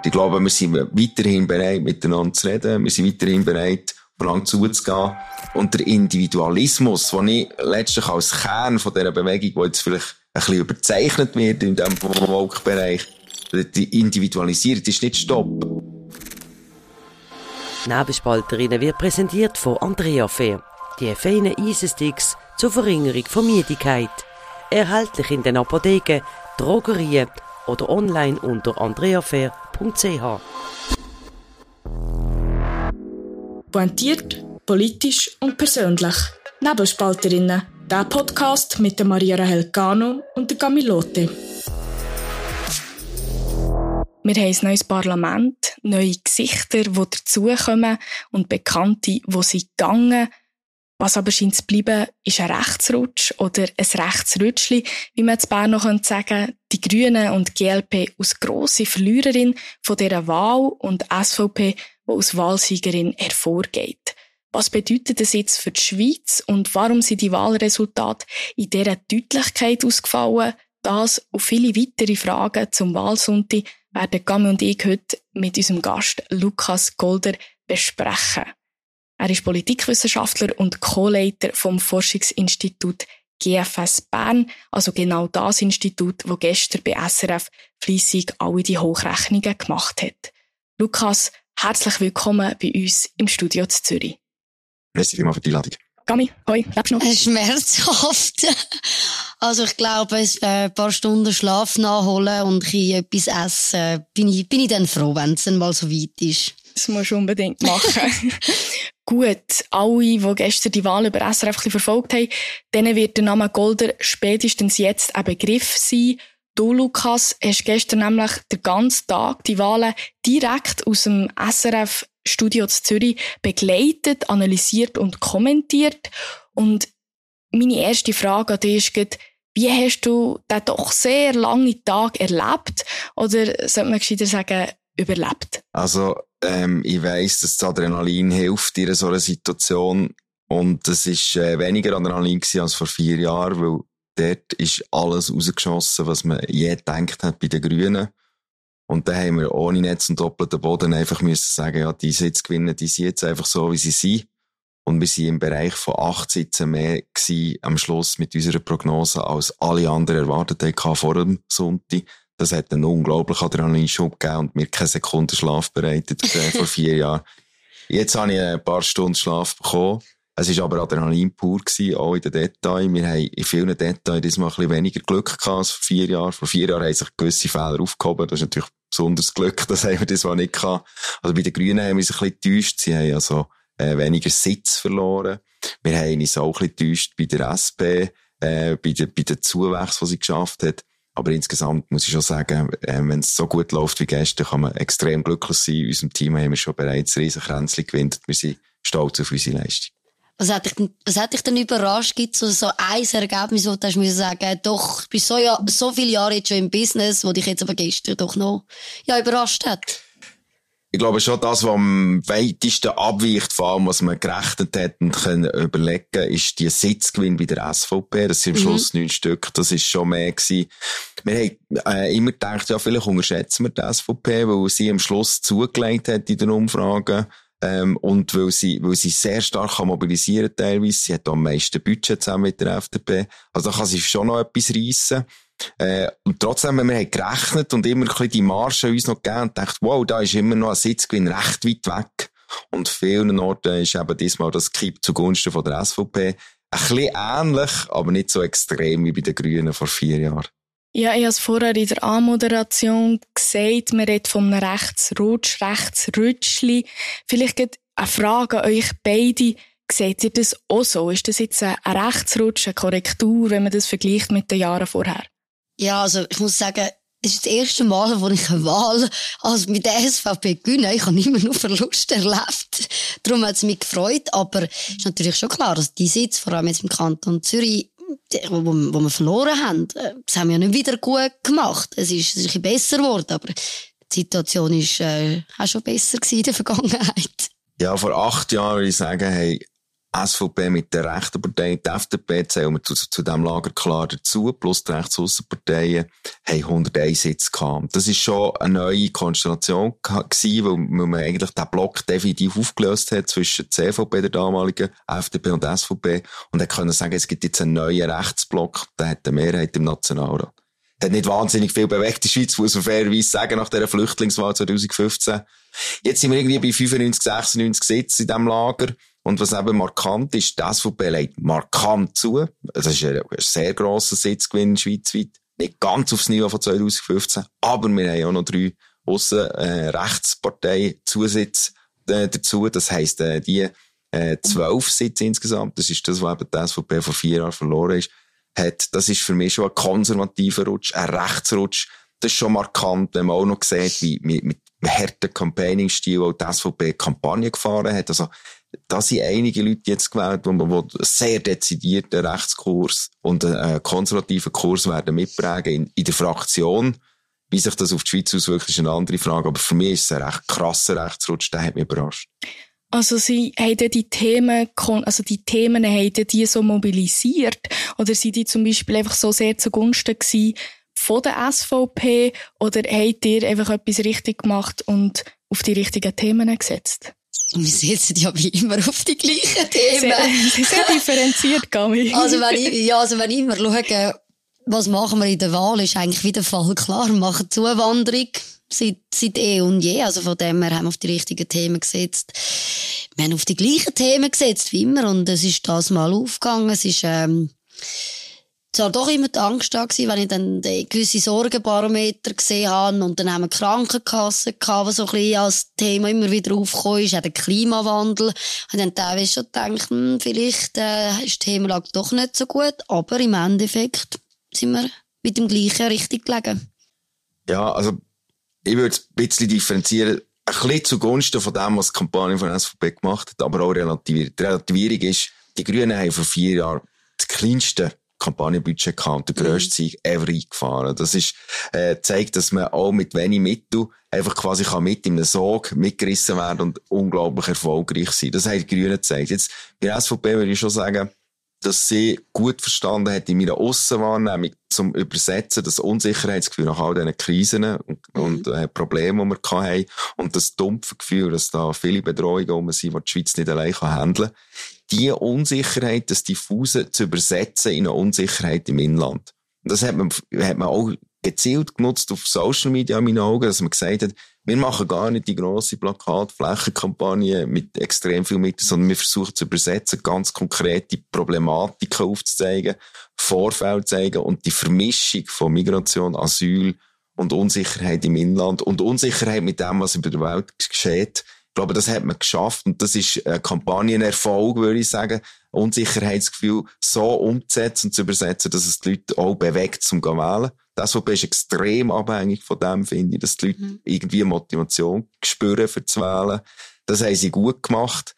Ich glaube, wir sind weiterhin bereit, miteinander zu reden. Wir sind weiterhin bereit, aufeinander zuzugehen. Und der Individualismus, den ich letztlich als Kern von dieser Bewegung, die jetzt vielleicht ein bisschen überzeichnet wird in diesem Woke-Bereich, die Individualisierung ist nicht Stopp. Nebelspalterinnen wird präsentiert von Andrea Fair. Die feinen Eisensticks zur Verringerung von Müdigkeit. Erhältlich in den Apotheken, Drogerien oder online unter andreafair.ch. Pointiert, politisch und persönlich. Nebelspalterinnen. Der Podcast mit der Maria Rahel Cano und der Camilote. Wir haben ein neues Parlament, neue Gesichter, die dazukommen und Bekannte, die sind gegangen. Was aber scheint zu bleiben, ist ein Rechtsrutsch oder ein Rechtsrutschli, wie man in Bern noch sagen könnte. Die Grünen und die GLP als grosse Verliererin von dieser Wahl und SVP, die als Wahlsiegerin hervorgeht. Was bedeutet das jetzt für die Schweiz und warum sind die Wahlresultate in dieser Deutlichkeit ausgefallen? Das und viele weitere Fragen zum Wahlsonntag werden Gami und ich heute mit unserem Gast Lukas Golder besprechen. Er ist Politikwissenschaftler und Co-Leiter vom Forschungsinstitut GFS Bern, also genau das Institut, das gestern bei SRF fleissig alle die Hochrechnungen gemacht hat. Lukas, herzlich willkommen bei uns im Studio zu Zürich. Merci vielmals für die Einladung. Gami, hoi, lebst du noch? Schmerzhaft. Also ich glaube, ein paar Stunden Schlaf nachholen und etwas essen, bin ich dann froh, wenn es dann mal so weit ist. Das musst du unbedingt machen. Gut, alle, die gestern die Wahl über SRF ein bisschen verfolgt haben, denen wird der Name Golder spätestens jetzt ein Begriff sein. Du, Lukas, hast gestern nämlich den ganzen Tag die Wahlen direkt aus dem SRF-Studio zu Zürich begleitet, analysiert und kommentiert. Und meine erste Frage an dich ist, wie hast du den doch sehr langen Tag erlebt? Oder sollte man gescheiter sagen, überlebt? Also, ich weiss, dass das Adrenalin hilft in so einer Situation. Und es war weniger Adrenalin als vor 4 Jahren, weil dort ist alles rausgeschossen, was man je gedacht hat bei den Grünen. Und dann haben wir ohne Netz und doppelten Boden einfach müssen sagen, ja, die Sitzgewinne, die sind jetzt einfach so, wie sie sind. Und wir sind im Bereich von 8 Sitzen mehr gewesen, am Schluss mit unserer Prognose, als alle anderen erwartet haben vor dem Sonntag. Das hat einen unglaublichen Adrenalinschub gegeben und mir keine Sekunde Schlaf bereitet vor 4 Jahren. Jetzt habe ich ein paar Stunden Schlaf bekommen. Es war aber Adrenalin pur gewesen, auch in den Details. Wir haben in vielen Details diesmal ein bisschen weniger Glück gehabt als vor 4 Jahren. Vor 4 Jahren haben sich gewisse Fehler aufgehoben. Das ist natürlich besonders Glück, das haben wir diesmal nicht gehabt. Also bei den Grünen haben wir uns ein bisschen getäuscht. Sie haben also weniger Sitz verloren. Wir haben uns auch ein bisschen getäuscht bei der SP, bei den Zuwächsen, die sie geschafft hat. Aber insgesamt muss ich schon sagen, wenn es so gut läuft wie gestern, kann man extrem glücklich sein. In unserem Team haben wir schon bereits riesen Kränzchen gewinnt. Wir sind stolz auf unsere Leistung. Was hat dich denn überrascht? Gibt es so ein Ergebnis, wo du hast müssen sagen, doch, ich bin so viele Jahre jetzt schon im Business, wo dich jetzt aber gestern doch noch, überrascht hat? Ich glaube schon, das, was am weitesten abweicht von allem, was man gerechnet hat und können überlegen, ist die Sitzgewinn bei der SVP. Das sind am Schluss 9 Stück. Das ist schon mehr gewesen. Wir haben immer gedacht, ja, vielleicht unterschätzen wir die SVP, weil sie am Schluss zugelegt hat in den Umfragen. Und weil sie sehr stark mobilisieren teilweise. Sie hat am meisten Budget zusammen mit der FDP. Also da kann sie schon noch etwas reissen. Und trotzdem haben wir gerechnet und immer ein bisschen die Marge uns noch gegeben und gedacht, wow, da ist immer noch ein Sitzgewinn recht weit weg. Und vielen Orten ist eben diesmal das Kipp zugunsten von der SVP. Ein bisschen ähnlich, aber nicht so extrem wie bei den Grünen vor 4 Jahren. Ja, ich habe es vorher in der Anmoderation gesagt, man redet von einem Rechtsrutschli. Vielleicht geht eine Frage an euch beide. Seht ihr das auch so? Ist das jetzt ein Rechtsrutsch, eine Korrektur, wenn man das vergleicht mit den Jahren vorher? Ja, also ich muss sagen, es ist das erste Mal, wo ich eine Wahl mit der SVP gewinne. Ich habe immer nur Verluste erlebt. Darum hat es mich gefreut. Aber es ist natürlich schon klar, dass die Sitze, vor allem jetzt im Kanton Zürich, wo wir verloren haben, das haben wir ja nicht wieder gut gemacht. Es ist ein bisschen besser geworden, aber die Situation war auch schon besser gewesen in der Vergangenheit. Ja, vor 8 Jahren würde ich sagen, SVP mit der rechten Partei, die FDP zählen wir zu diesem Lager klar dazu, plus die Rechtsaussenparteien haben 101 Sitze gehabt. Das ist schon eine neue Konstellation gewesen, weil man eigentlich den Block definitiv aufgelöst hat zwischen der CVP, der damaligen FDP und der SVP, und hat können sagen, es gibt jetzt einen neuen Rechtsblock, der hat eine Mehrheit im Nationalrat. Das hat nicht wahnsinnig viel bewegt in der Schweiz, muss man fairerweise sagen, nach dieser Flüchtlingswahl 2015. Jetzt sind wir irgendwie bei 95, 96 Sitzen in diesem Lager. Und was eben markant ist, die SVP legt markant zu. Das ist ein sehr grosser Sitzgewinn schweizweit. Nicht ganz aufs Niveau von 2015. Aber wir haben auch noch 3 Rechtspartei-Zusitze dazu. Das heisst, die 12 Sitze insgesamt, das ist das, was eben die SVP vor 4 Jahren verloren ist, das ist für mich schon ein konservativer Rutsch, ein Rechtsrutsch. Das ist schon markant, wenn man auch noch sieht, wie mit harten Campaigning-Stil auch die SVP Kampagne gefahren hat. Also, da sind einige Leute jetzt gewählt, die sehr dezidierten Rechtskurs und einen konservativen Kurs werden mitprägen in der Fraktion. Wie sich das auf die Schweiz auswirkt, ist eine andere Frage. Aber für mich ist es ein recht krasser Rechtsrutsch, der hat mich überrascht. Also sie haben die Themen haben die so mobilisiert? Oder sind die zum Beispiel einfach so sehr zugunsten gewesen von der SVP? Oder habt ihr einfach etwas richtig gemacht und auf die richtigen Themen gesetzt? Wir setzen ja wie immer auf die gleichen Themen. Sehr differenziert, Gami. Also wenn ich immer schaue, was machen wir in der Wahl, ist eigentlich wieder Fall klar. Wir machen Zuwanderung seit eh und je. Also von dem her haben wir auf die richtigen Themen gesetzt. Wir haben auf die gleichen Themen gesetzt wie immer und es ist das mal aufgegangen. Es ist zwar doch immer die Angst da gewesen, wenn ich dann gewisse Sorgenbarometer gesehen habe, und dann haben wir Krankenkassen gehabt, was so ein bisschen als Thema immer wieder aufgekommen ist, auch der Klimawandel. Und dann teilweise schon gedacht, vielleicht ist die Themenlage doch nicht so gut, aber im Endeffekt sind wir mit dem Gleichen richtig gelegen. Ja, also ich würde es ein bisschen differenzieren, ein bisschen zugunsten von dem, was die Kampagne von SVP gemacht hat, aber auch relativiert. Die Relativierung ist, die Grünen haben vor 4 Jahren das kleinste Kampagnenbudget gehabt, der grösste Sieg ever eingefahren. Das ist, zeigt, dass man auch mit wenig Mitteln einfach quasi mit in einem Sog mitgerissen werden und unglaublich erfolgreich sein. Das haben die Grünen gezeigt. Jetzt, bei der SVP würde ich schon sagen, dass sie gut verstanden hat in meiner Aussenwahrnehmung zum Übersetzen, das Unsicherheitsgefühl nach all diesen Krisen und Problemen, die wir hatten, und das dumpfe Gefühl, dass da viele Bedrohungen rum sind, die die Schweiz nicht allein handeln kann. Diese Unsicherheit, das Diffuse zu übersetzen in eine Unsicherheit im Inland. Und das hat man auch gezielt genutzt auf Social Media in meinen Augen, dass man gesagt hat, wir machen gar nicht die grosse Flächenkampagne mit extrem viel Mitteln, sondern wir versuchen zu übersetzen, ganz konkrete Problematiken aufzuzeigen, Vorfälle zu zeigen und die Vermischung von Migration, Asyl und Unsicherheit im Inland und Unsicherheit mit dem, was in der Welt geschieht. Ich glaube, das hat man geschafft und das ist ein Kampagnenerfolg, würde ich sagen, Unsicherheitsgefühl so umzusetzen und zu übersetzen, dass es die Leute auch bewegt, zum zu wählen. Das SVP ist extrem abhängig von dem, finde ich, dass die Leute irgendwie Motivation spüren für zu wählen. Das haben sie gut gemacht.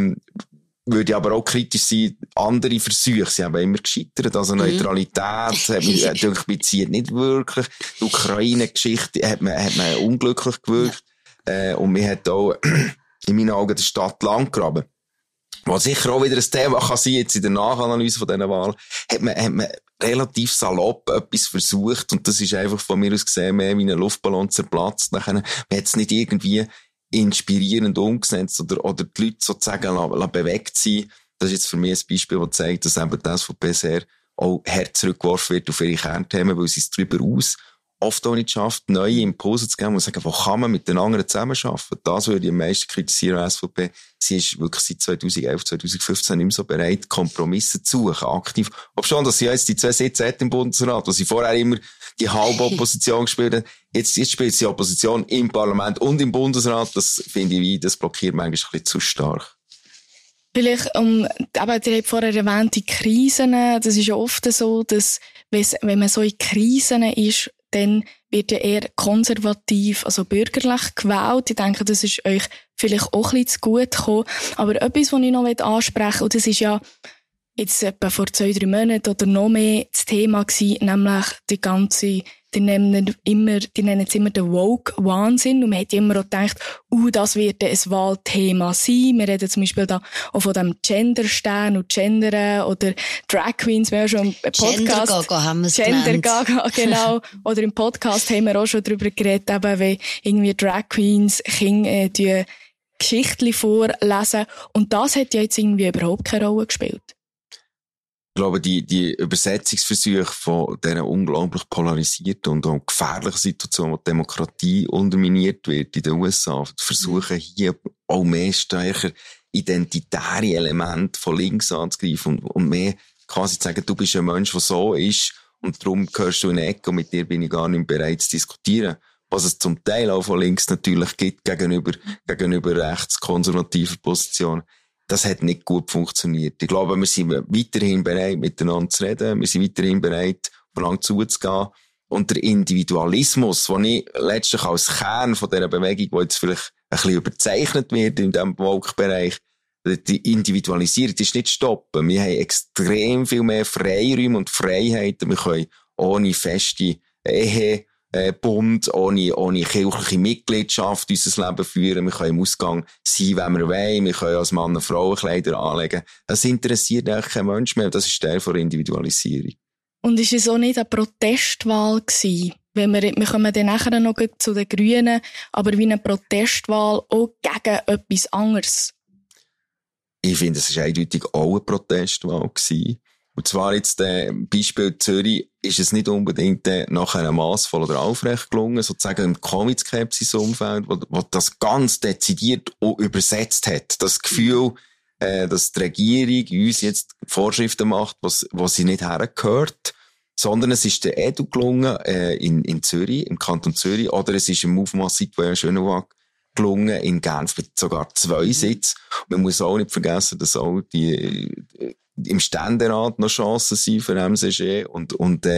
Würde aber auch kritisch sein, andere Versuche, sie haben immer gescheitert, also Neutralität, hat mich natürlich bezieht nicht wirklich. Die Ukraine-Geschichte hat man unglücklich gewirkt. Und man hat auch in meinen Augen der Stadt Landgraben, was sicher auch wieder ein Thema kann sein, jetzt in der Nachanalyse von dieser Wahl, hat man relativ salopp etwas versucht, und das ist einfach von mir aus gesehen mehr wie ein Luftballon zerplatzt. Man hat es nicht irgendwie inspirierend umgesetzt oder die Leute sozusagen bewegt sein. Das ist jetzt für mich ein Beispiel, das zeigt, dass eben die SVP sehr auch hart zurückgeworfen wird auf ihre Kernthemen, weil sie es darüber aus oft auch nicht schafft, neue Impulse zu geben und sagen, wo kann man mit den anderen zusammenarbeiten? Das würde ich am meisten kritisieren an SVP. Sie ist wirklich seit 2011, 2015 nicht mehr so bereit, Kompromisse zu suchen, aktiv. Ob schon, dass sie jetzt die 2 Sitze hat im Bundesrat, wo sie vorher immer die halbe Opposition gespielt hat. Jetzt spielt sie Opposition im Parlament und im Bundesrat. Das finde ich, das blockiert manchmal ein bisschen zu stark. Vielleicht, aber ihr habt vorher erwähnt, die Krisen. Das ist ja oft so, dass, wenn man so in Krisen ist, dann wird ja eher konservativ, also bürgerlich gewählt. Ich denke, das ist euch vielleicht auch ein bisschen zu gut gekommen. Aber etwas, was ich noch ansprechen will, und das ist ja jetzt etwa vor 2-3 Monaten oder noch mehr das Thema gewesen, nämlich die ganze die nennen es immer den Woke-Wahnsinn. Und man hat immer auch gedacht, das wird ein Wahlthema sein. Wir reden zum Beispiel da auch von dem Gender-Stern und Gendern oder Drag Queens. Wir haben schon im Podcast. Gender-Gaga haben wir es Gender-Gaga, genau. Oder im Podcast haben wir auch schon darüber geredet, eben, wie irgendwie Drag Queens Kinder die Geschichten vorlesen. Und das hat ja jetzt irgendwie überhaupt keine Rolle gespielt. Ich glaube, die Übersetzungsversuche von dieser unglaublich polarisierten und auch gefährlichen Situation, wo die Demokratie unterminiert wird in den USA, versuchen hier auch mehr stärker identitäre Elemente von links anzugreifen und mehr quasi zu sagen, du bist ein Mensch, der so ist und darum gehörst du in eine Ecke und mit dir bin ich gar nicht bereit zu diskutieren. Was es zum Teil auch von links natürlich gibt gegenüber rechtskonservativen Positionen. Das hat nicht gut funktioniert. Ich glaube, wir sind weiterhin bereit, miteinander zu reden. Wir sind weiterhin bereit, voneinander zuzugehen. Und der Individualismus, den ich letztlich als Kern von dieser Bewegung, die jetzt vielleicht ein bisschen überzeichnet wird in diesem Woke-Bereich, die Individualisierung ist nicht stoppen. Wir haben extrem viel mehr Freiräume und Freiheiten. Wir können ohne feste Ehe, Bund, ohne kirchliche Mitgliedschaft unser Leben führen. Wir können im Ausgang sein, wenn wir wollen. Wir können als Mann Frauenkleider anlegen. Das interessiert eigentlich kein Mensch mehr. Das ist Teil der Individualisierung. Und ist es auch nicht eine Protestwahl gewesen? Wir kommen dann nachher noch zu den Grünen, aber wie eine Protestwahl auch gegen etwas anderes? Ich finde, es war eindeutig auch eine Protestwahl gewesen. Und zwar jetzt, Beispiel Zürich, ist es nicht unbedingt nachher massvoll oder aufrecht gelungen, sozusagen im Covid-Skepsis-Umfeld, wo das ganz dezidiert auch übersetzt hat. Das Gefühl, dass die Regierung uns jetzt Vorschriften macht, wo sie nicht hergehört, sondern es ist der Edu gelungen, in Zürich, im Kanton Zürich, oder es ist im Aufmaß-Citoyen Schönewag gelungen, in Genf mit sogar 2 Sitzen. Man muss auch nicht vergessen, dass auch im Ständerat noch Chancen sind für MCG und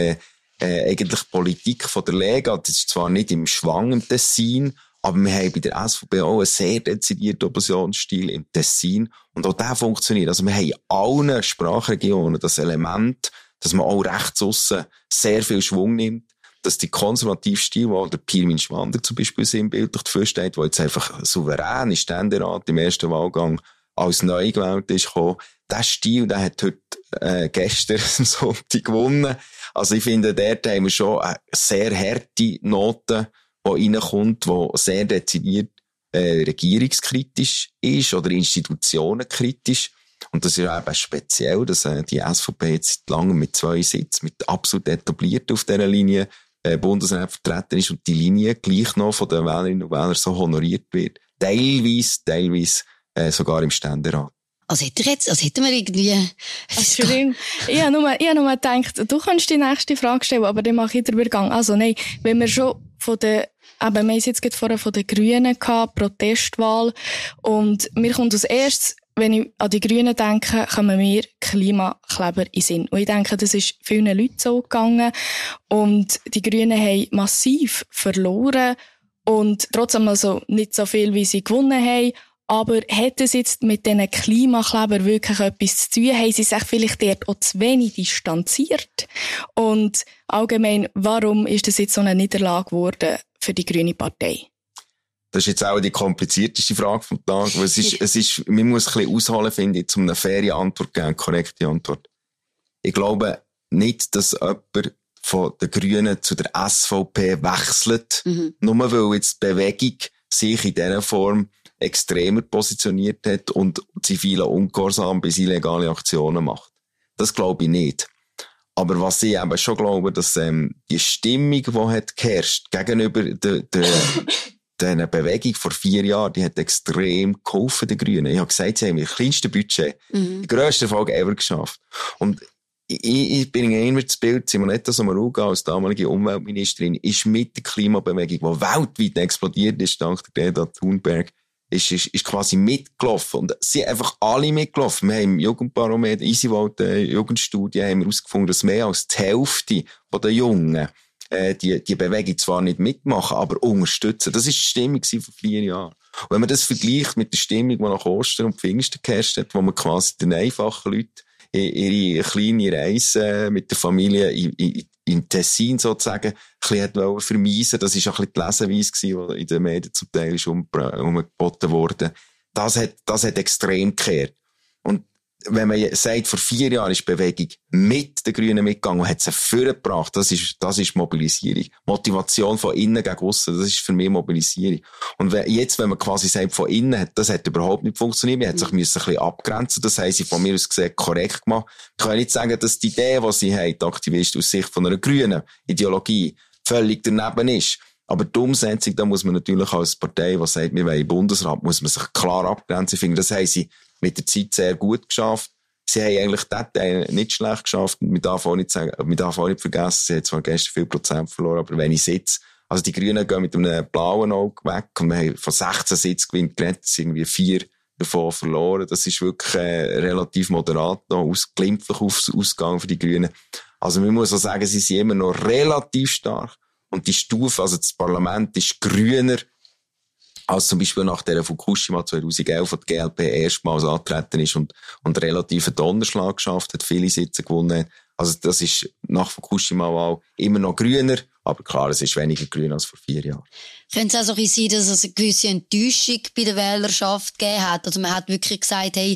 eigentlich Politik von der Lega, das ist zwar nicht im Schwang im Tessin, aber wir haben bei der SVP auch einen sehr dezidierten Oppositionsstil im Tessin und auch der funktioniert. Also wir haben in allen Sprachregionen das Element, dass man auch rechts aussen sehr viel Schwung nimmt, dass die konservative Stil, wo der Pirmin Schwander zum Beispiel sinnbildlich dafür steht, der jetzt einfach souverän ist, Ständerat im ersten Wahlgang als neu gewählt ist gekommen. Der Stil, der hat heute, gestern am Sonntag gewonnen. Also ich finde, dort haben wir schon eine sehr harte Note, die reinkommt, die sehr dezidiert, regierungskritisch ist oder institutionenkritisch. Und das ist eben speziell, dass die SVP jetzt seit langem mit 2 Sitzen, mit absolut etabliert auf dieser Linie, Bundesrat vertreten ist und die Linie gleich noch von den Wählerinnen und Wählern so honoriert wird. Teilweise sogar im Ständerat. Also hätten wir irgendwie... Entschuldigung. Ich habe nur gedacht, du kannst die nächste Frage stellen, aber dann mache ich den Übergang. Also nein, wenn wir schon wir haben jetzt gerade vorher von den Grünen gehabt, Protestwahl, und mir kommt als erstes, wenn ich an die Grünen denke, kommen mir Klimakleber in den Sinn. Und ich denke, das ist vielen Leuten so gegangen. Und die Grünen haben massiv verloren und trotzdem also nicht so viel, wie sie gewonnen haben. Aber hat es jetzt mit diesen Klimakleber wirklich etwas zu tun? Haben sie sich vielleicht dort auch zu wenig distanziert? Und allgemein, warum ist das jetzt so eine Niederlage geworden für die Grüne Partei? Das ist jetzt auch die komplizierteste Frage vom Tag, weil man muss ein bisschen ausholen, finde ich, um eine faire Antwort zu geben, eine korrekte Antwort. Ich glaube nicht, dass jemand von den Grünen zu der SVP wechselt, nur weil jetzt die Bewegung sich in dieser Form extremer positioniert hat und zivilen Ungehorsam bis illegale Aktionen macht. Das glaube ich nicht. Aber was ich eben schon glaube, dass die Stimmung, die hat geherrscht gegenüber dieser Bewegung vor 4 Jahren, die hat extrem geholfen, den Grünen. Ich habe gesagt, sie haben das kleinste Budget, die grösste Erfolg ever geschafft. Und ich bringe immer das Bild, Simonetta Sommaruga als damalige Umweltministerin ist mit der Klimabewegung, die weltweit explodiert ist, dank der Greta Thunberg, ist quasi mitgelaufen. Und sie sind einfach alle mitgelaufen. Wir haben im Jugendbarometer, Easyvolt, Jugendstudie, haben wir herausgefunden, dass mehr als die Hälfte der Jungen die Bewegung zwar nicht mitmachen, aber unterstützen. Das war die Stimmung vor 4 Jahren. Und wenn man das vergleicht mit der Stimmung, die nach Ostern und Pfingsten geherrscht hat, wo man quasi den einfachen Leuten ihre kleine Reise mit der Familie in in Tessin sozusagen ein bisschen vermeisen. Das ist auch ein bisschen die Leseweise, die in den Medien zum Teil ist umgeboten wurde. Das hat extrem gekehrt. Und wenn man sagt, vor 4 Jahren ist die Bewegung mit den Grünen mitgegangen und hat sie vorgebracht, das ist Mobilisierung. Motivation von innen gegen aussen, das ist für mich Mobilisierung. Und wenn man quasi sagt, von innen, das hat überhaupt nicht funktioniert. Man hat sich ein bisschen abgrenzen. Das haben sie von mir aus gesehen korrekt gemacht. Ich kann nicht sagen, dass die Idee, die sie haben, die Aktivisten aus Sicht von einer grünen Ideologie, völlig daneben ist. Aber die Umsetzung, da muss man natürlich als Partei, die sagt, wir wollen Bundesrat, muss man sich klar abgrenzen. Ich finde, das haben sie mit der Zeit sehr gut geschafft. Sie haben eigentlich den Teil nicht schlecht geschafft. Man darf auch nicht vergessen, sie haben zwar gestern viel Prozent verloren, aber wenn ich sitze, also die Grünen gehen mit einem blauen Auge weg und wir haben von 16 Sitzgewinnen geredet, irgendwie 4 davon verloren. Das ist wirklich relativ moderat noch, glimpflich Ausgang für die Grünen. Also man muss auch sagen, sie sind immer noch relativ stark. Und die Stufe, also das Parlament ist grüner als zum Beispiel nach der Fukushima 2011, wo die GLP erstmals angetreten ist und relativ einen Donnerschlag geschafft hat, viele Sitze gewonnen hat. Also das ist nach Fukushima-Wahl immer noch grüner, aber klar, es ist weniger grün als vor 4 Jahren. Könnte es auch so sein, dass es eine gewisse Enttäuschung bei der Wählerschaft gegeben hat? Also man hat wirklich gesagt, hey,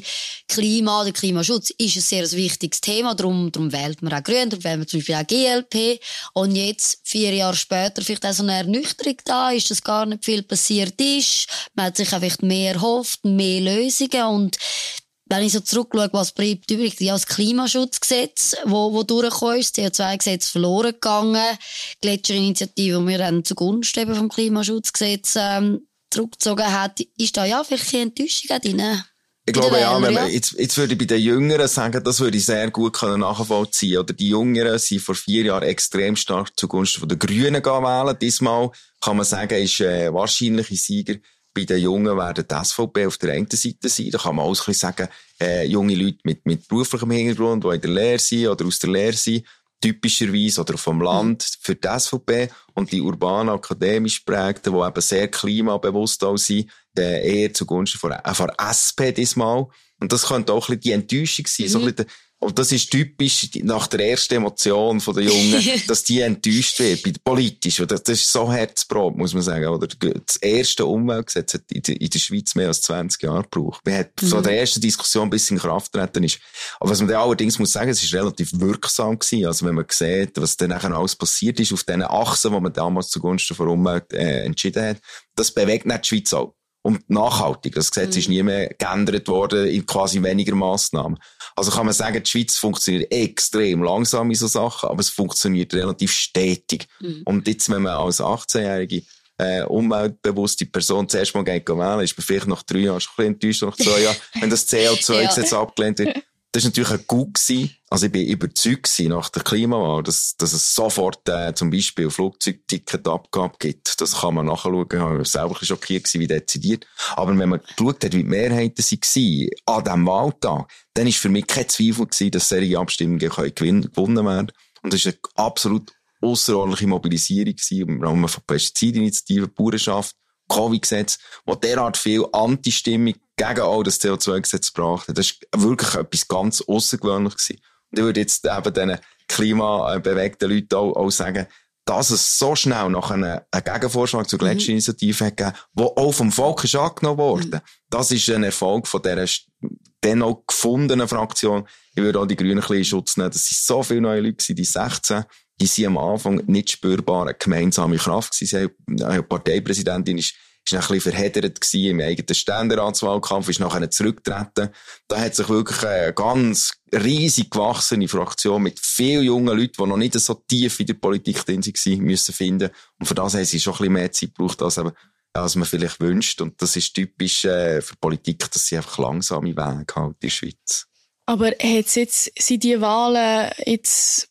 der Klimaschutz ist ein sehr wichtiges Thema, darum wählt man auch Grün, darum wählt man zum Beispiel auch GLP. Und jetzt, 4 Jahre später, vielleicht auch so eine Ernüchterung da ist, dass gar nicht viel passiert ist. Man hat sich einfach mehr erhofft, mehr Lösungen und wenn ich so zurückschaue, was bleibt übrig? Ja, das Klimaschutzgesetz, wo durchgekommen ist, das CO2-Gesetz verloren gegangen, Gletscherinitiative, die wir dann zugunsten eben vom Klimaschutzgesetz zurückgezogen hat. Ist da ja vielleicht eine Enttäuschung drin? Ich glaube, ja, wenn man, jetzt würde ich bei den Jüngeren sagen, das würde ich sehr gut nachvollziehen. Oder die Jüngeren sind vor 4 Jahren extrem stark zugunsten der Grünen wählen. Diesmal kann man sagen, ist wahrscheinliche Sieger. Bei den Jungen werden die SVP auf der einen Seite sein. Da kann man auch ein bisschen sagen, junge Leute mit beruflichem Hintergrund, die in der Lehre sind oder aus der Lehre sind, typischerweise, oder vom Land für die SVP. Und die urban akademisch prägten, die eben sehr klimabewusst auch sind, eher zugunsten von SP diesmal. Und das könnte auch ein bisschen die Enttäuschung sein. So ein bisschen, und das ist typisch nach der ersten Emotion der Jungen, dass die enttäuscht wird, politisch. Das ist so Herzbrot, muss man sagen. Oder das erste Umweltgesetz hat in der Schweiz mehr als 20 Jahre gebraucht. Man hat von der ersten Diskussion bis in Kraft treten ist. Aber was man dann allerdings muss sagen, es ist relativ wirksam gewesen. Also wenn man sieht, was dann nachher alles passiert ist auf diesen Achsen, die man damals zugunsten der Umwelt entschieden hat, das bewegt nicht die Schweiz auch. Und nachhaltig. Das Gesetz ist nie mehr geändert worden in quasi weniger Massnahmen. Also kann man sagen, die Schweiz funktioniert extrem langsam in so Sachen, aber es funktioniert relativ stetig. Und jetzt, wenn man als 18-jährige umweltbewusste Person zuerst mal wählen, ist man vielleicht nach 3 Jahren schon ein bisschen enttäuscht, nach 2 Jahren, wenn das CO2-Gesetz abgelehnt wird. Das war natürlich ein Gut gewesen. Also ich bin überzeugt gewesen nach der Klimawahl, dass es sofort zum Beispiel Flugzeugticketabgabe gibt. Das kann man nachschauen. Ich war selber schockiert gewesen, wie dezidiert. Aber wenn man geschaut hat, wie die Mehrheiten waren an diesem Wahltag, dann ist für mich kein Zweifel gewesen, dass solche Abstimmungen gewonnen werden. Und das war eine absolut ausserordentliche Mobilisierung im Rahmen von Pestizidinitiativen, Bauernschaft, Covid-Gesetz, wo derart viel Anti-Stimmung gegen all das CO2-Gesetz gebracht hat. Das war wirklich etwas ganz Außergewöhnliches gewesen. Und ich würde jetzt eben diesen klimabewegten Leuten auch sagen, dass es so schnell nach einem Gegenvorschlag zur Gletscherinitiative hat gegeben, der auch vom Volk ist angenommen worden. Das ist ein Erfolg von dieser dann auch gefundenen Fraktion. Ich würde auch die Grünen ein bisschen in Schutz nehmen. Das sind so viele neue Leute, die 16, die sind am Anfang nicht spürbar eine gemeinsame Kraft gewesen. Die Parteipräsidentin ist ein bisschen verheddert gewesen im eigenen Ständeratswahlkampf, ist nachher zurückgetreten. Da hat sich wirklich eine ganz riesig gewachsene Fraktion mit vielen jungen Leuten, die noch nicht so tief in der Politik drin waren, müssen finden. Und für das haben sie schon ein bisschen mehr Zeit gebraucht, als man vielleicht wünscht. Und das ist typisch für Politik, dass sie einfach langsame Wege halt in der Schweiz. Aber sind die Wahlen jetzt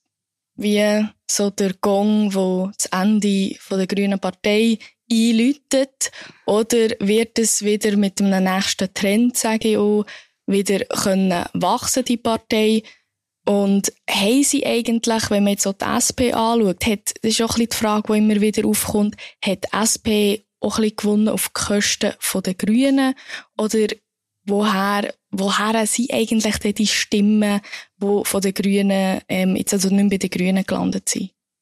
wie so der Gong, wo das Ende von der Grünen Partei einläutet, oder wird es wieder mit einem nächsten Trend, sage ich auch, wieder können wachsen, die Partei? Und haben sie eigentlich, wenn man jetzt so die SP anschaut, das ist auch ein bisschen die Frage, die immer wieder aufkommt, hat die SP auch ein bisschen gewonnen auf die Kosten der Grünen? Oder woher sind eigentlich die Stimmen, die von den Grünen, jetzt also nicht mehr bei den Grünen gelandet sind?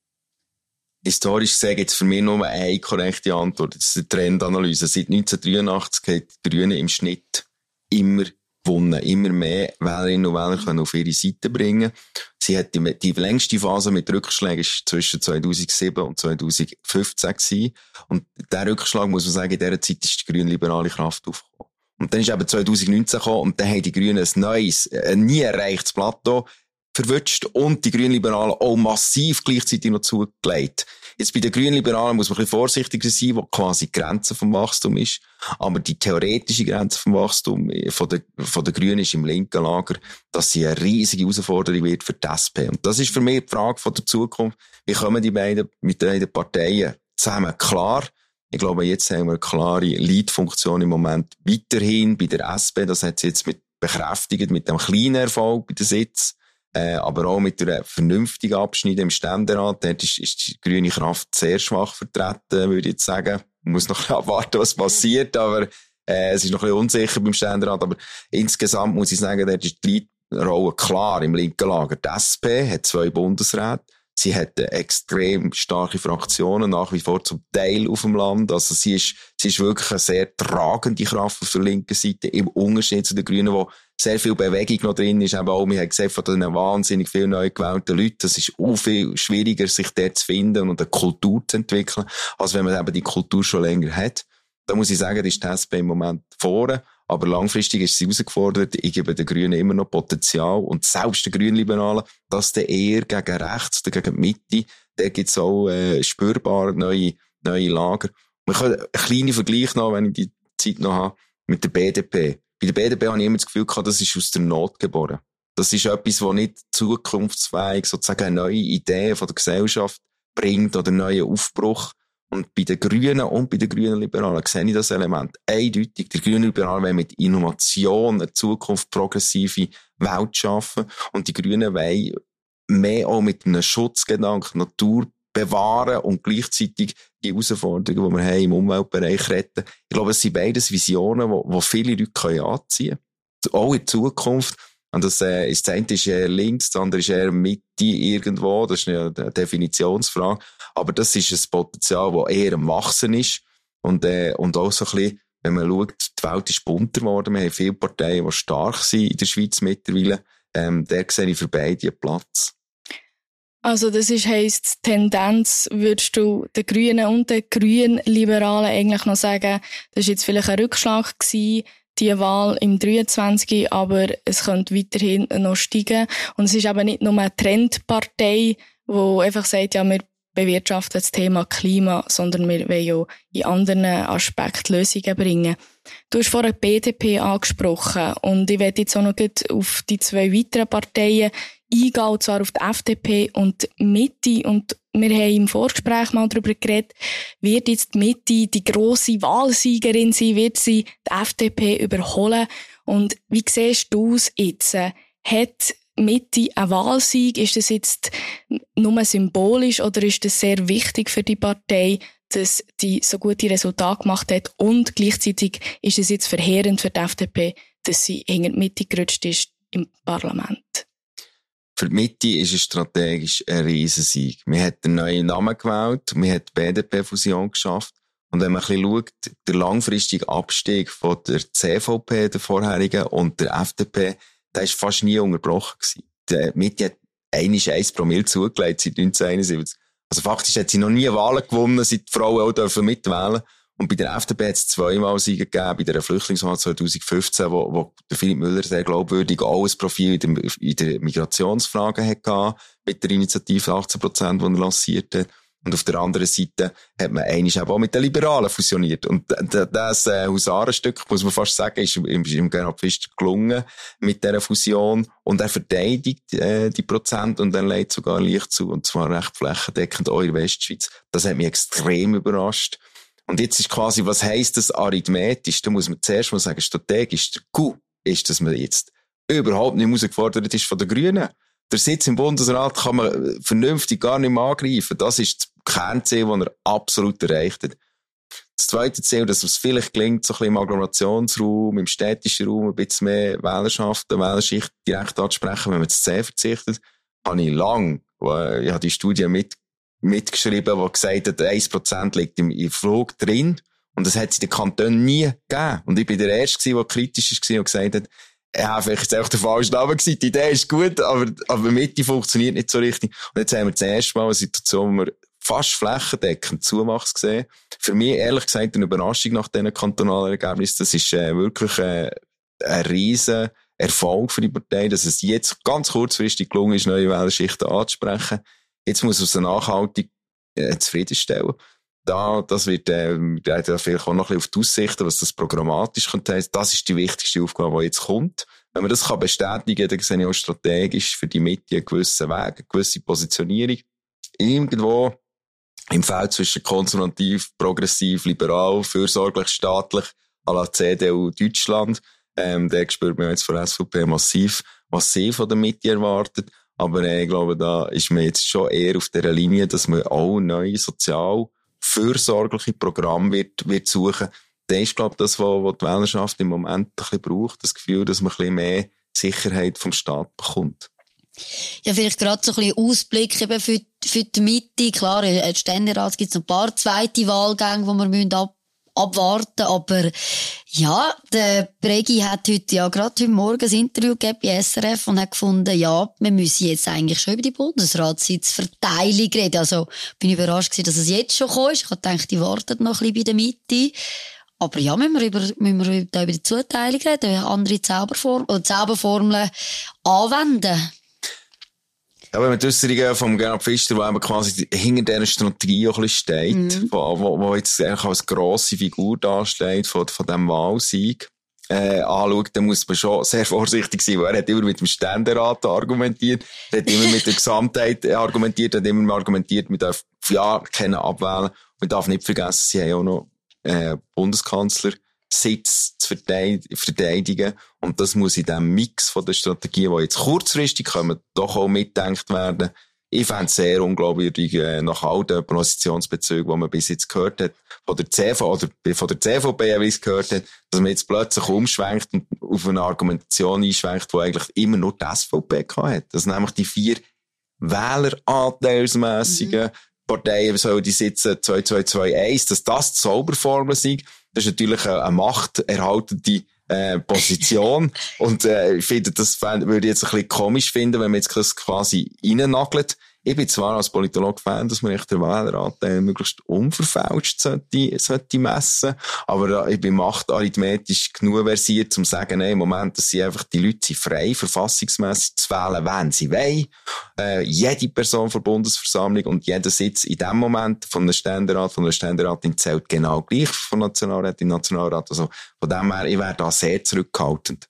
Historisch gesehen gibt es für mich nur eine korrekte Antwort. Das ist die Trendanalyse. Seit 1983 haben die Grünen im Schnitt immer gewonnen. Immer mehr Wählerinnen und Wähler können auf ihre Seite bringen. Sie hat die längste Phase mit Rückschlägen ist zwischen 2007 und 2015 gewesen. Und der Rückschlag, muss man sagen, in dieser Zeit ist die grünliberale Kraft aufgekommen. Und dann ist eben 2019 gekommen und dann haben die Grünen ein neues, nie erreichtes Plateau verwünscht und die Grünliberalen auch massiv gleichzeitig noch zugelegt. Jetzt bei den Grünliberalen muss man ein bisschen vorsichtiger sein, wo quasi die Grenze vom Wachstum ist. Aber die theoretische Grenze vom Wachstum von der Grünen ist im linken Lager, dass sie eine riesige Herausforderung wird für die SP. Und das ist für mich die Frage von der Zukunft. Wie kommen die beiden mit den Parteien zusammen klar? Ich glaube, jetzt haben wir eine klare Leitfunktion im Moment weiterhin bei der SP. Das hat sie jetzt bekräftigt mit dem kleinen Erfolg bei den Sitzen. Aber auch mit einer vernünftigen Abschnitt im Ständerat. Dort ist die grüne Kraft sehr schwach vertreten, würde ich jetzt sagen. Man muss noch abwarten, was passiert, aber es ist noch ein bisschen unsicher beim Ständerat. Aber insgesamt muss ich sagen, dort ist die Leadrolle klar im linken Lager. Die SP hat 2 Bundesräte. Sie hat extrem starke Fraktionen, nach wie vor zum Teil auf dem Land. Also sie ist wirklich eine sehr tragende Kraft auf der linken Seite, im Unterschied zu den Grünen, wo sehr viel Bewegung noch drin ist. Aber auch, wir haben gesehen, von den wahnsinnig vielen neu gewählten Leuten, das ist auch viel schwieriger, sich dort zu finden und eine Kultur zu entwickeln, als wenn man eben die Kultur schon länger hat. Da muss ich sagen, da ist die SP im Moment vorne. Aber langfristig ist sie herausgefordert. Ich gebe den Grünen immer noch Potenzial. Und selbst den Grünliberalen, dass der eher gegen rechts oder gegen die Mitte, da gibt es auch spürbar neue Lager. Man kann einen kleinen Vergleich noch, wenn ich die Zeit noch habe, mit der BDP. Bei der BDP habe ich immer das Gefühl gehabt, das ist aus der Not geboren. Das ist etwas, das nicht zukunftsfähig sozusagen eine neue Idee von der Gesellschaft bringt oder einen neuen Aufbruch. Und bei den Grünen und bei den grünen Liberalen sehe ich das Element eindeutig. Die grünen Liberalen wollen mit Innovation eine Zukunft progressive Welt schaffen. Und die Grünen wollen mehr auch mit einem Schutzgedanken Natur bewahren und gleichzeitig die Herausforderungen, die wir haben im Umweltbereich retten. Ich glaube, es sind beides Visionen, die viele Leute anziehen können. Auch in Zukunft. Und das eine ist eher links, das andere ist eher Mitte irgendwo. Das ist eine Definitionsfrage. Aber das ist ein Potenzial, das eher am Wachsen ist. Und auch so ein bisschen, wenn man schaut, die Welt ist bunter geworden. Wir haben viele Parteien, die stark sind in der Schweiz mittlerweile. Da sehe ich für beide einen Platz. Also das heisst, Tendenz würdest du den Grünen und den Grünliberalen eigentlich noch sagen, das war jetzt vielleicht ein Rückschlag gewesen, die Wahl im 23, aber es könnte weiterhin noch steigen. Und es ist aber nicht nur eine Trendpartei, die einfach sagt, ja, wir bewirtschaften das Thema Klima, sondern wir wollen ja in anderen Aspekten Lösungen bringen. Du hast vorhin die BDP angesprochen und ich werde jetzt auch noch auf die 2 weiteren Parteien eingehen, und zwar auf die FDP und die Mitte. Und wir haben im Vorgespräch mal darüber geredet, wird jetzt die Mitte die grosse Wahlsiegerin sein, wird sie die FDP überholen? Und wie siehst du es jetzt? Hat Mitte ein Wahlsieg? Ist das jetzt nur symbolisch oder ist das sehr wichtig für die Partei, dass die so gute Resultate gemacht hat? Und gleichzeitig ist es jetzt verheerend für die FDP, dass sie hinter die Mitte gerutscht ist im Parlament? Für die Mitte ist es strategisch ein Riesensieg. Wir haben einen neuen Namen gewählt, wir haben die BDP-Fusion geschafft. Und wenn man ein bisschen schaut, der langfristige Abstieg von der CVP, der vorherigen, und der FDP, der ist fast nie unterbrochen gewesen. Die Mitte hat 1 Promille zugelegt seit 1971. Also faktisch hat sie noch nie Wahlen gewonnen, seit die Frauen auch dürfen mitwählen. Und bei der FDP hat es 2-mal Siege gegeben, bei der Flüchtlingswahl 2015, wo der Philipp Müller sehr glaubwürdig auch ein Profil in der Migrationsfrage hatte, mit der Initiative 18%, die er lanciert hat. Und auf der anderen Seite hat man eigentlich auch mit den Liberalen fusioniert. Und das Husarenstück, muss man fast sagen, ist im Gerhard Pfister gelungen mit dieser Fusion. Und er verteidigt die Prozent und er legt sogar leicht zu, und zwar recht flächendeckend auch in der Westschweiz. Das hat mich extrem überrascht. Und jetzt ist quasi, was heisst das arithmetisch? Da muss man zuerst mal sagen, strategisch, der Coup ist, dass man jetzt überhaupt nicht herausgefordert ist von den Grünen. Der Sitz im Bundesrat kann man vernünftig gar nicht mehr angreifen. Das ist das Kernziel, das er absolut erreicht hat. Das zweite Ziel, dass es vielleicht gelingt, so ein bisschen im Agglomerationsraum, im städtischen Raum ein bisschen mehr Wählerschicht direkt anzusprechen, wenn man das C verzichtet, habe ich ich habe die Studie mitgeschrieben, der gesagt hat, 1% liegt im Flug drin. Und das hat es in den Kantonen nie gegeben. Und ich bin der Erste, der kritisch war und gesagt hat, ja, vielleicht ist es einfach der falsche Name gewesen. Die Idee ist gut, aber Mitte funktioniert nicht so richtig. Und jetzt haben wir das erste Mal eine Situation, wo wir fast flächendeckend Zuwachs gesehen. Für mich, ehrlich gesagt, eine Überraschung nach diesen kantonalen Ergebnissen. Das ist wirklich ein riesen Erfolg für die Partei, dass es jetzt ganz kurzfristig gelungen ist, neue Wählerschichten anzusprechen. Jetzt muss es nachhaltig zufriedenstellen. Das wird vielleicht auch noch ein bisschen auf die Aussichten, was das programmatisch könnte heissen. Das ist die wichtigste Aufgabe, die jetzt kommt. Wenn man das bestätigen kann, dann sehe ich auch strategisch für die Mitte einen gewissen Weg, eine gewisse Positionierung. Irgendwo im Feld zwischen konservativ, progressiv, liberal, fürsorglich, staatlich, à la CDU Deutschland. Der spürt man jetzt von der SVP massiv, was sie von der Mitte erwartet. Aber ich glaube, da ist man jetzt schon eher auf dieser Linie, dass man auch neue sozial fürsorgliche Programme wird suchen. Das ist, glaube ich, das, was die Wählerschaft im Moment ein bisschen braucht. Das Gefühl, dass man ein bisschen mehr Sicherheit vom Staat bekommt. Ja, vielleicht gerade so ein bisschen Ausblick eben für die Mitte. Klar, im Ständerat gibt es noch ein paar zweite Wahlgänge, die wir abwarten. Aber ja, der Bregi hat gerade heute Morgen ein Interview gegeben bei SRF und hat gefunden, ja, wir müssen jetzt eigentlich schon über die Bundesratssitzverteilung reden. Also bin ich überrascht gewesen, dass es jetzt schon gekommen ist. Ich habe gedacht, die warten noch ein bisschen bei der Mitte. Aber ja, müssen wir über die Zuteilung reden, andere Zauberformeln anwenden. Ja, wenn man die Äußerungen vom Gerhard Pfister, der eben quasi hinter dieser Strategie auch ein bisschen steht, wo jetzt eigentlich als grosse Figur dasteht von diesem Wahlsieg, anschaut, dann muss man schon sehr vorsichtig sein, weil er hat immer mit dem Ständerat argumentiert, er hat immer mit der Gesamtheit argumentiert, er hat immer argumentiert, man darf ja keinen abwählen. Und man darf nicht vergessen, sie haben auch noch Bundeskanzlersitz zu verteidigen. Und das muss in diesem Mix von der Strategie, die jetzt kurzfristig kommen, doch auch mitgedacht werden. Ich fände es sehr unglaubwürdig, nach all den Positionsbezügen, die man bis jetzt gehört hat, von der CVP jeweils gehört hat, dass man jetzt plötzlich umschwenkt und auf eine Argumentation einschwenkt, die eigentlich immer nur die SVP hat. Das sind nämlich die 4 wähleranteilsmässigen Parteien, sollen die sitzen 2-2-2-1, dass das die Zauberformel sind. Das ist natürlich eine machterhaltende Position. Und ich finde, das würde ich jetzt ein bisschen komisch finden, wenn man jetzt das quasi reinnagelt. Ich bin zwar als Politologe Fan, dass man echt den Wähleranteil möglichst unverfälscht sollte messen, aber ich bin machtarithmetisch genug versiert, um zu sagen, nein, im Moment, dass sie einfach, die Leute sind frei, verfassungsmässig zu wählen, wenn sie wollen. Jede Person von der Bundesversammlung und jeder Sitz in dem Moment von der Ständeratin zählt genau gleich von Nationalrat in Nationalrat. Also von dem her, ich wäre da sehr zurückhaltend.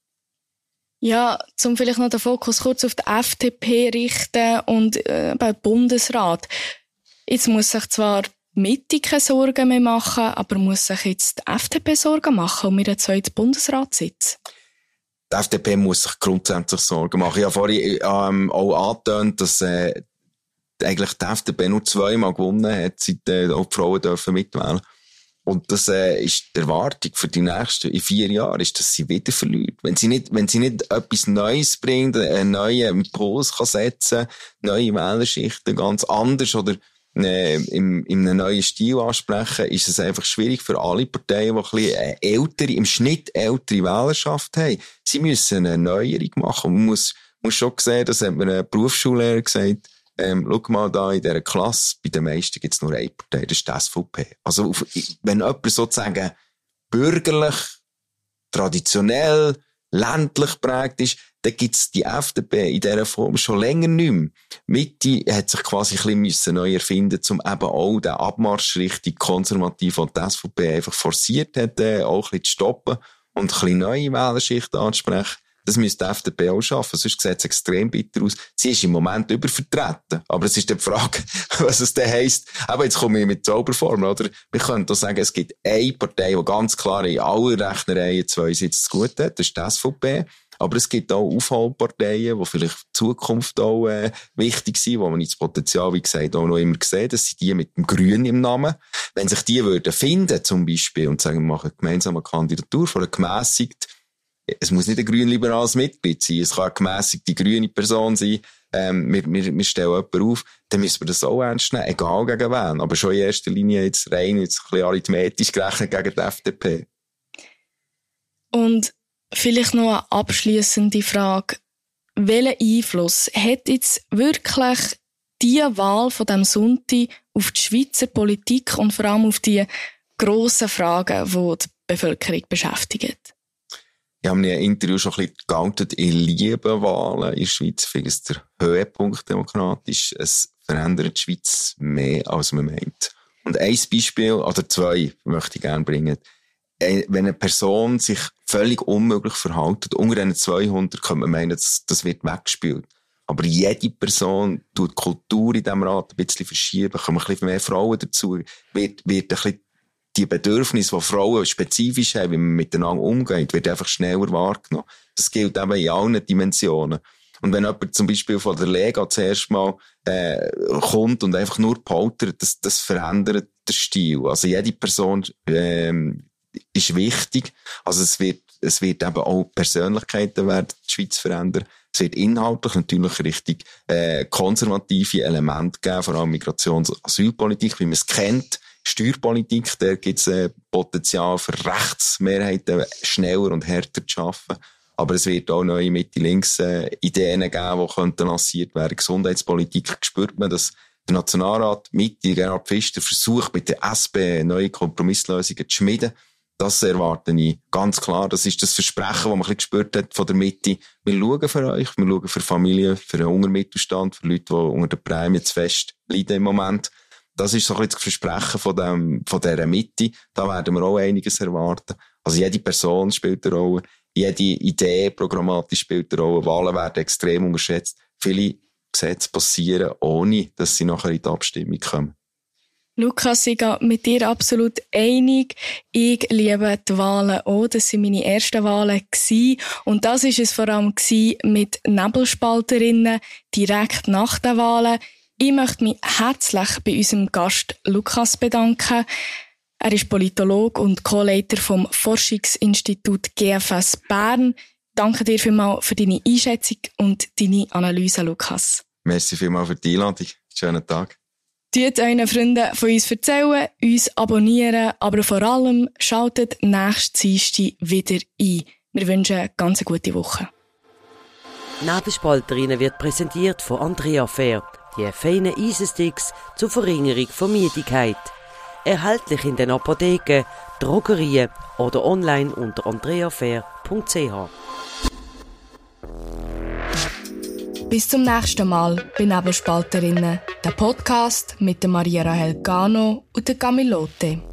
Ja, zum vielleicht noch den Fokus kurz auf die FDP richten und beim Bundesrat. Jetzt muss sich zwar die Mitte keine Sorgen mehr machen, aber muss sich jetzt die FDP Sorgen machen um ihren zweiten Bundesratssitz? Die FDP muss sich grundsätzlich Sorgen machen. Ich habe vorhin auch angetönt, dass eigentlich die FDP nur 2-mal gewonnen hat, seit auch die Frauen dürfen mitwählen. Und das ist die Erwartung für die nächsten 4 Jahre, ist, dass sie wieder verliert. Wenn sie nicht etwas Neues bringt, einen neuen Impuls kann setzen, neue Wählerschichten ganz anders oder in einem neuen Stil ansprechen, ist es einfach schwierig für alle Parteien, die ein bisschen im Schnitt ältere Wählerschaft haben. Sie müssen eine Erneuerung machen. Man muss schon sehen, das hat mir ein Berufsschullehrer gesagt, schau mal da in dieser Klasse, bei den meisten gibt es nur eine Partei, das ist die SVP. Also, wenn jemand sozusagen bürgerlich, traditionell, ländlich geprägt ist, dann gibt es die FDP in dieser Form schon länger nicht mehr. Mitte hat sich quasi ein bisschen neu erfinden, um eben auch den Abmarsch Richtung konservativ und die SVP einfach forciert hat, auch ein bisschen zu stoppen und ein bisschen neue Wählerschichten anzusprechen. Das müsste die FDP auch schaffen, sonst sieht es extrem bitter aus. Sie ist im Moment übervertreten. Aber es ist die Frage, was es dann heisst. Aber jetzt komme ich mit Zauberformel, oder? Wir können doch sagen, es gibt eine Partei, die ganz klar in allen Rechnereien 2 Sitze zu gut hat. Das ist die SVP. Aber es gibt auch Aufholparteien, die vielleicht in Zukunft auch wichtig sind, wo man das Potenzial, wie gesagt, auch noch immer sehen. Das sind die mit dem Grün im Namen. Wenn sich die würden finden, zum Beispiel, und sagen, wir machen eine gemeinsame Kandidatur von einer gemässigten, es muss nicht ein grün-liberales Mitglied sein, es kann eine gemässigte grüne Person sein, wir stellen jemanden auf, dann müssen wir das auch ernst nehmen, egal gegen wen. Aber schon in erster Linie jetzt rein, jetzt ein bisschen arithmetisch gerechnet gegen die FDP. Und vielleicht noch eine abschliessende Frage. Welchen Einfluss hat jetzt wirklich die Wahl von diesem Sonntag auf die Schweizer Politik und vor allem auf die grossen Fragen, die die Bevölkerung beschäftigen? Ich habe mir in einem Interview schon ein bisschen geoutet, ich liebe Wahlen in der Schweiz. Ich finde es der Höhepunkt demokratisch. Es verändert die Schweiz mehr, als man meint. Und ein Beispiel, oder zwei, möchte ich gerne bringen. Wenn eine Person sich völlig unmöglich verhält, unter den 200 könnte man meinen, das wird weggespielt. Aber jede Person tut die Kultur in diesem Rat ein bisschen verschieben, kommen ein bisschen mehr Frauen dazu, wird ein bisschen die Bedürfnisse, die Frauen spezifisch haben, wie man miteinander umgeht, wird einfach schneller wahrgenommen. Das gilt eben in allen Dimensionen. Und wenn jemand zum Beispiel von der Lega zuerst mal kommt und einfach nur poltert, das verändert den Stil. Also jede Person ist wichtig. Also es wird eben auch Persönlichkeiten werden die Schweiz verändern. Es wird inhaltlich natürlich richtig konservative Elemente geben, vor allem Migrations- und Asylpolitik, wie man es kennt. Steuerpolitik, da gibt es Potenzial für Rechtsmehrheiten schneller und härter zu schaffen. Aber es wird auch neue Mitte-Links-Ideen geben, die könnten lanciert werden. Gesundheitspolitik spürt man, dass der Nationalrat Mitte, Gerhard Pfister, versucht, mit der SP neue Kompromisslösungen zu schmieden. Das erwarte ich ganz klar. Das ist das Versprechen, das man ein bisschen gespürt hat von der Mitte. Wir schauen für euch, wir schauen für Familien, für den Hungermittelstand, für Leute, die unter der Prämie zu fest leiden im Moment. Das ist so ein bisschen das Versprechen von dieser Mitte. Da werden wir auch einiges erwarten. Also jede Person spielt eine Rolle, jede Idee programmatisch spielt eine Rolle. Wahlen werden extrem unterschätzt. Viele Gesetze passieren, ohne dass sie nachher in die Abstimmung kommen. Lukas, ich gehe mit dir absolut einig. Ich liebe die Wahlen auch. Das waren meine ersten Wahlen. Und das war es vor allem mit Nebelspalterinnen direkt nach den Wahlen. Ich möchte mich herzlich bei unserem Gast Lukas bedanken. Er ist Politologe und Co-Leiter vom Forschungsinstitut GFS Bern. Danke dir vielmals für deine Einschätzung und deine Analyse, Lukas. Merci vielmals für die Einladung. Schönen Tag. Tut euren Freunden von uns erzählen, uns abonnieren, aber vor allem schaltet nächsten Dienstag wieder ein. Wir wünschen eine ganz gute Woche. Nebelspalterinnen wird präsentiert von Andrea Fair. Die feinen Eisensticks zur Verringerung von Müdigkeit. Erhältlich in den Apotheken, Drogerien oder online unter andreafair.ch. Bis zum nächsten Mal bei Nebelspalterinnen, der Podcast mit der Maria Rahel Gano und der Camilote.